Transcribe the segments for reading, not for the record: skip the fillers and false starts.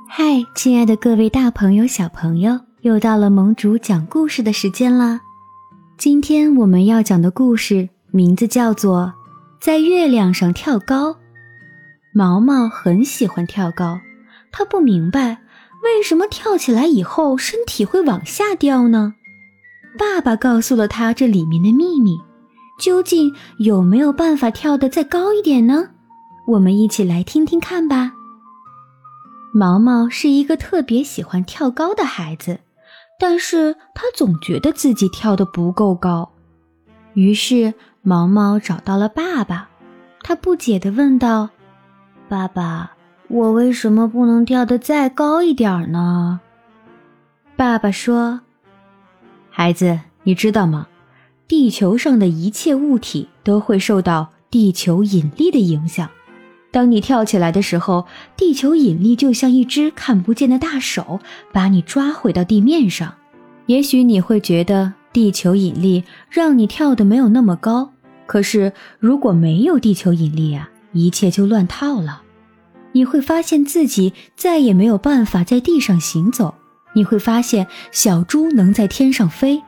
嗨，亲爱的各位大朋友小朋友，又到了盟主讲故事的时间啦。今天我们要讲的故事名字叫做在月亮上跳高。毛毛很喜欢跳高，他不明白为什么跳起来以后身体会往下掉呢？爸爸告诉了他这里面的秘密，究竟有没有办法跳得再高一点呢？我们一起来听听看吧。毛毛是一个特别喜欢跳高的孩子，但是他总觉得自己跳得不够高。于是毛毛找到了爸爸，他不解地问道：爸爸，我为什么不能跳得再高一点呢？爸爸说：孩子，你知道吗？地球上的一切物体都会受到地球引力的影响。当你跳起来的时候，地球引力就像一只看不见的大手，把你抓回到地面上。也许你会觉得地球引力让你跳得没有那么高，可是如果没有地球引力啊，一切就乱套了。你会发现自己再也没有办法在地上行走，你会发现小猪能在天上飞。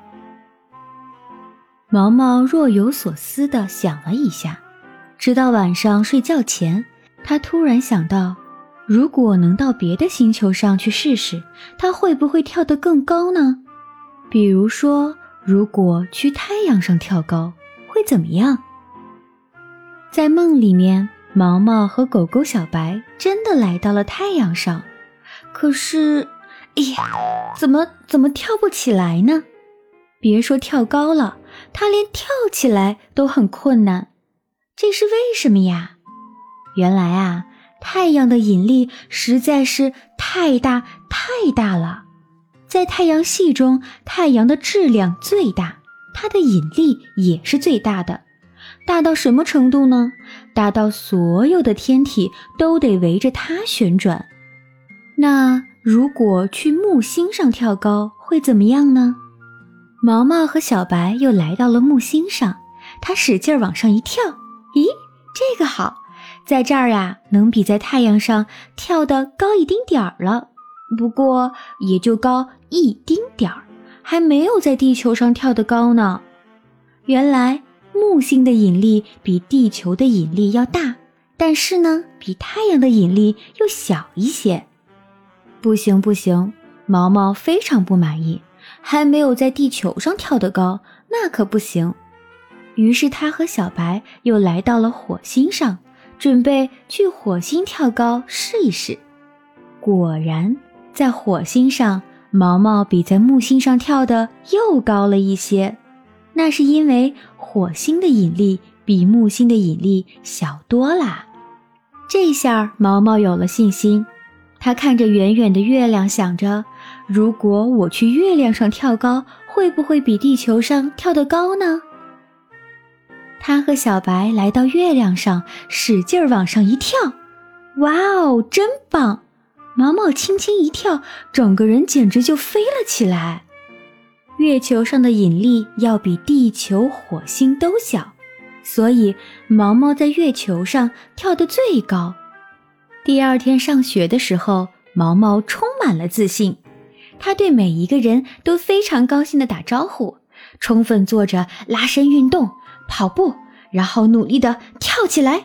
毛毛若有所思地想了一下，直到晚上睡觉前，他突然想到，如果能到别的星球上去试试，他会不会跳得更高呢？比如说，如果去太阳上跳高，会怎么样？在梦里面，毛毛和狗狗小白真的来到了太阳上，可是，哎呀，怎么跳不起来呢？别说跳高了，他连跳起来都很困难。这是为什么呀？原来啊，太阳的引力实在是太大了。在太阳系中，太阳的质量最大，它的引力也是最大的。大到什么程度呢？大到所有的天体都得围着它旋转。那如果去木星上跳高会怎么样呢？毛毛和小白又来到了木星上，他使劲往上一跳，咦，这个好，在这儿呀，能比在太阳上跳得高一丁点儿了，不过也就高一丁点儿，还没有在地球上跳得高呢。原来木星的引力比地球的引力要大，但是呢，比太阳的引力又小一些。不行，毛毛非常不满意，还没有在地球上跳得高，那可不行。于是他和小白又来到了火星上，准备去火星跳高试一试。果然，在火星上，毛毛比在木星上跳的又高了一些。那是因为火星的引力比木星的引力小多啦。这下毛毛有了信心，他看着远远的月亮，想着，如果我去月亮上跳高，会不会比地球上跳得高呢？他和小白来到月亮上，使劲往上一跳，哇哦，真棒！毛毛轻轻一跳，整个人简直就飞了起来。月球上的引力要比地球、火星都小，所以毛毛在月球上跳得最高。第二天上学的时候，毛毛充满了自信，他对每一个人都非常高兴地打招呼，充分做着拉伸运动，跑步，然后努力地跳起来。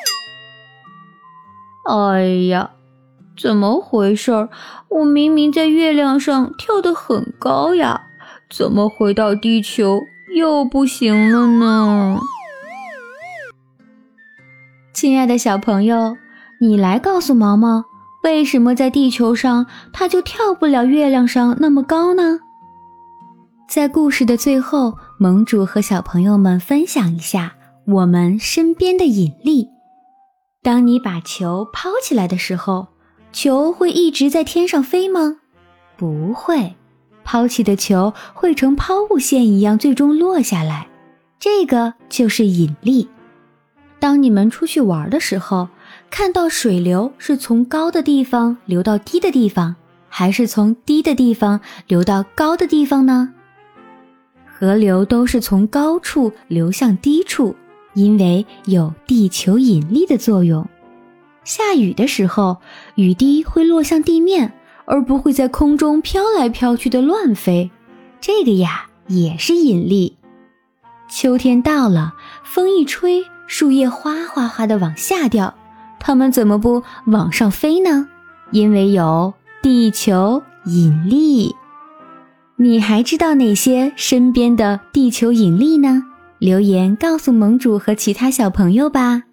哎呀，怎么回事？我明明在月亮上跳得很高呀，怎么回到地球又不行了呢？亲爱的小朋友，你来告诉毛毛，为什么在地球上他就跳不了月亮上那么高呢？在故事的最后，盟主和小朋友们分享一下我们身边的引力。当你把球抛起来的时候，球会一直在天上飞吗？不会，抛弃的球会成抛物线一样最终落下来，这个就是引力。当你们出去玩的时候，看到水流是从高的地方流到低的地方，还是从低的地方流到高的地方呢？河流都是从高处流向低处，因为有地球引力的作用。 下雨的时候，雨滴会落向地面，而不会在空中飘来飘去的乱飞。这个呀，也是引力。秋天到了，风一吹，树叶哗哗哗地往下掉，它们怎么不往上飞呢？因为有地球引力。你还知道哪些身边的地球引力呢？留言告诉盟主和其他小朋友吧。